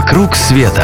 «Вокруг света»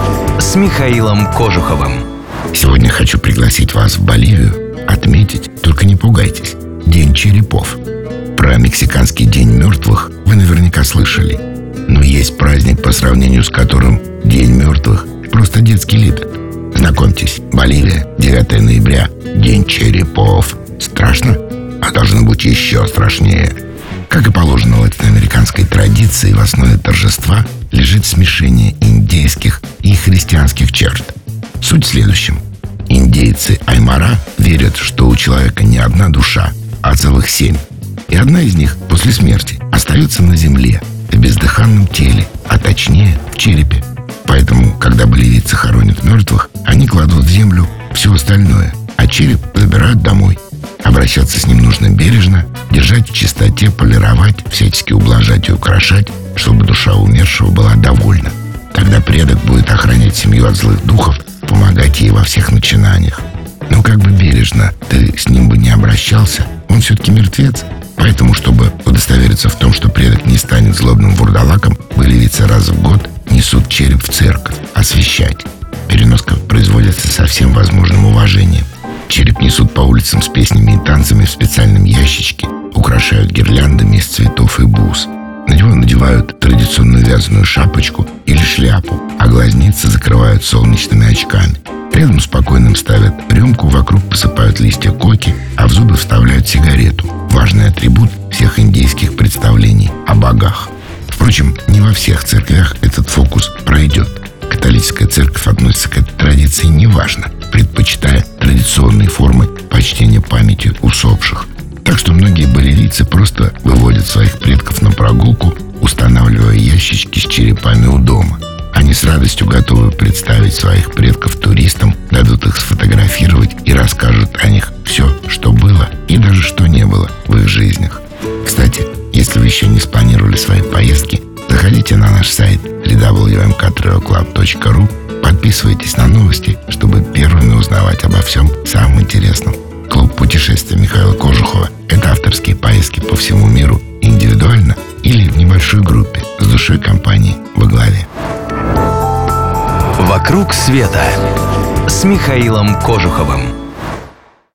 с Михаилом Кожуховым. Сегодня хочу пригласить вас в Боливию отметить, только не пугайтесь, День черепов. Про мексиканский День мертвых вы наверняка слышали. Но есть праздник, по сравнению с которым День мертвых просто детский лепет. Знакомьтесь, Боливия, 9 ноября, День черепов. Страшно? А должно быть еще страшнее. Как и положено в латиноамериканской традиции, в основе торжества лежит смешение индейских и христианских черт. Суть в следующем. Индейцы Аймара верят, что у человека не одна душа, а целых 7. И одна из них после смерти остается на земле, в бездыханном теле, а точнее в черепе. Поэтому, когда боливийцы хоронят мертвых, они кладут в землю все остальное, а череп забирают домой. Обращаться с ним нужно бережно, держать в чистоте, полировать, всячески ублажать и украшать, чтобы душа умершего была довольна. Тогда предок будет охранять семью от злых духов, помогать ей во всех начинаниях. Но как бы бережно ты с ним бы не обращался, он все-таки мертвец. Поэтому, чтобы удостовериться в том, что предок не станет злобным вурдалаком, боливийцы раз в год несут череп в церковь, освящать. Переноска производится со всем возможным уважением. Череп несут по улицам с песнями и танцами в специальном ящичке, украшают гирляндами из цветов и бус. На него надевают традиционную вязаную шапочку или шляпу, а глазницы закрывают солнечными очками. Рядом с покойным ставят рюмку, вокруг посыпают листья коки, а в зубы вставляют сигарету. Важный атрибут всех индейских представлений о богах. Впрочем, не во всех церквях этот фокус пройдет. Католическая церковь относится к этой традиции неважно, предпочитая традиционные формы почтения памяти усопших. Так что многие боливийцы просто выводят своих предков на прогулку, устанавливая ящички с черепами у дома. Они с радостью готовы представить своих предков туристам, дадут их сфотографировать и расскажут о них все, что было и даже что не было в их жизнях. Кстати, если вы еще не спланировали свои поездки, заходите на наш сайт www.mktravelclub.ru, подписывайтесь на новости, чтобы первыми узнавать обо всем самом интересном. Клуб путешествий Михаила Кожухова – это авторские поездки по всему миру индивидуально или в небольшой группе с душой компании во главе. «Вокруг света» с Михаилом Кожуховым.